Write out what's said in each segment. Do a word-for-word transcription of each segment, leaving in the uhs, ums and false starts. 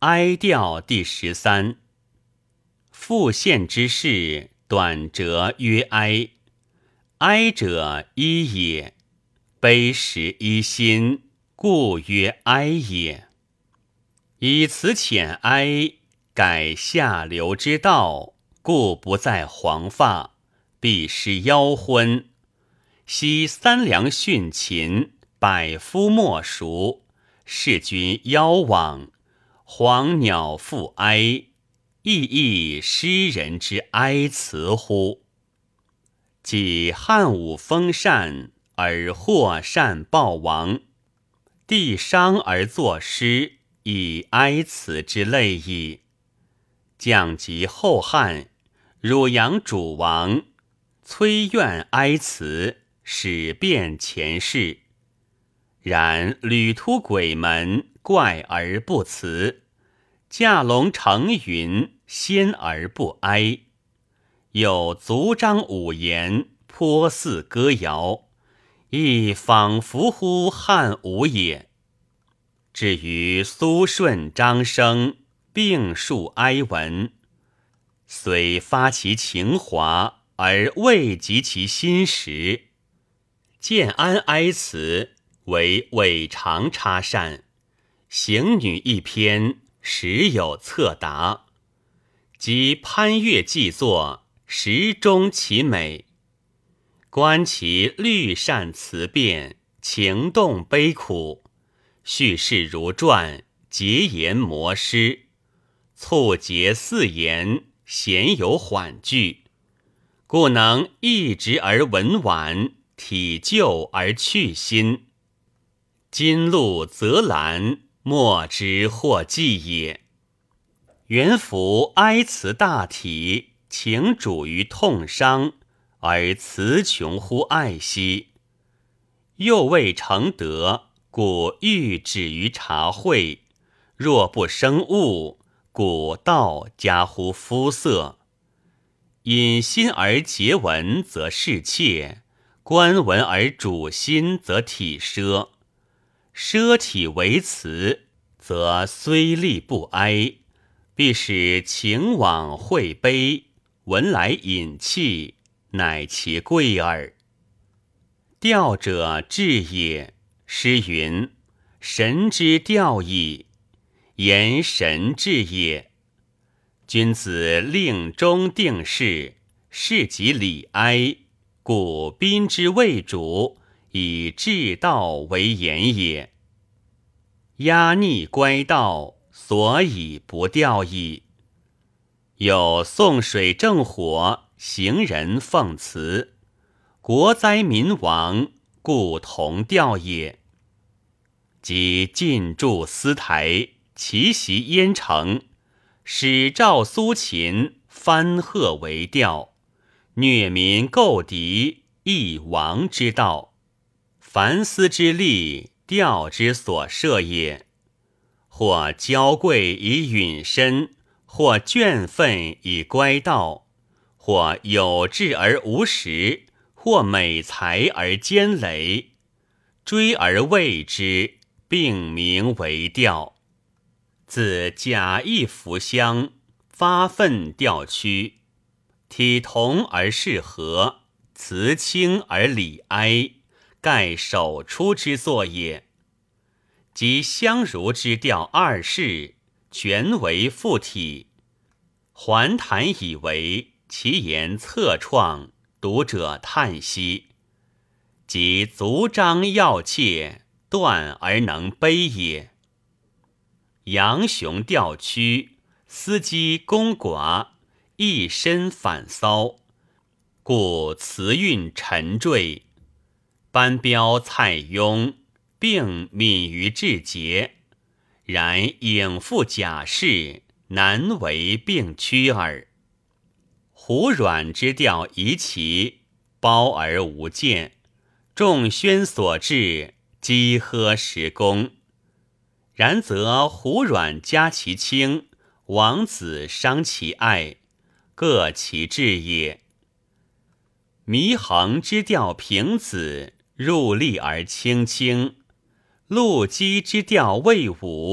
哀调第十三。复现之事，短折曰哀。哀者一也，悲时一心，故曰哀也。以此浅哀，改下流之道，故不在黄发，必失腰昏。昔三梁殉秦，百夫莫赎，士君夭往，黄鸟复哀，亦亦诗人之哀辞乎？即汉武封禅，而祸禅暴亡，帝伤而作诗，以哀辞之类矣。降及后汉，汝阳主王，崔怨哀辞，始变前世。然旅突鬼门，怪而不辞；驾龙乘云，仙而不哀。有足章五言，颇似歌谣，亦仿佛乎汉武也。至于苏顺、张生，并述哀文，虽发其情华，而未及其心实。建安哀辞为尾长插扇，行女一篇，时有侧答。及潘岳既作，时中其美。观其律善辞辩，情动悲苦，叙事如传，结言摹诗，促结四言，鲜有缓句，故能一直而文婉，体旧而去新。今录则兰，莫之或记也。原夫哀辞大体，情主于痛伤，而词穷乎爱惜。又未成德，故欲止于茶会；若不生物，故道加乎肤色。引心而结文，则侍妾；观文而主心，则体奢。奢体为辞，则虽立不哀，必使情往会悲，文来隐气，乃其贵耳。调者志也，诗云：神之调矣，言神志也。君子令终定事，事及礼哀，故宾之谓主，以治道为言也。压逆乖道，所以不调矣。有宋水正火，行人奉辞，国灾民亡，故同调也。即进驻司台，奇袭燕城，使赵苏秦，翻贺为调，虐民构敌，亦王之道。凡斯之利，调之所设也。或娇贵以允身，或倦愤以乖道，或有志而无实，或美才而兼累，追而畏之，并名为调。自贾谊服香，发愤调屈，体同而适和，辞清而礼哀，盖首出之作也。即相如之调二世，全为附体。还谈以为其言侧创，读者叹息。即足章要切，断而能悲也。杨雄调屈，司机公寡，一身反骚，故词韵沉坠。班彪、蔡邕并敏于志节，然应付贾氏，难为并屈耳。胡阮之调宜其，褒而无见，众宣所至，积呵时功。然则胡阮加其轻，王子伤其爱，各其志也。祢衡之调平子，入力而轻轻；陆机之调魏武，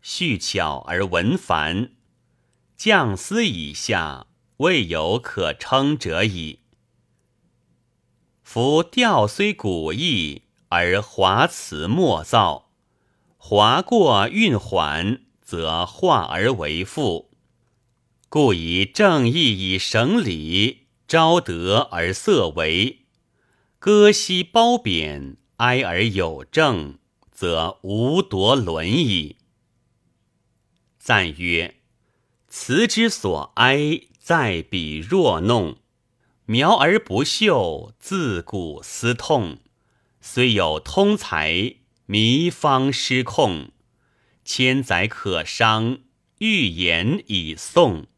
序巧而文繁，匠思以下，未有可称者矣。夫调虽古意，而华辞莫造，华过韵缓，则化而为赋。故以正义以省理，昭德而色为，歌兮褒贬，哀而有正，则无夺伦矣。赞曰：词之所哀，在彼若弄，描而不秀，自古思痛。虽有通才，迷方失控，千载可伤，欲言以颂。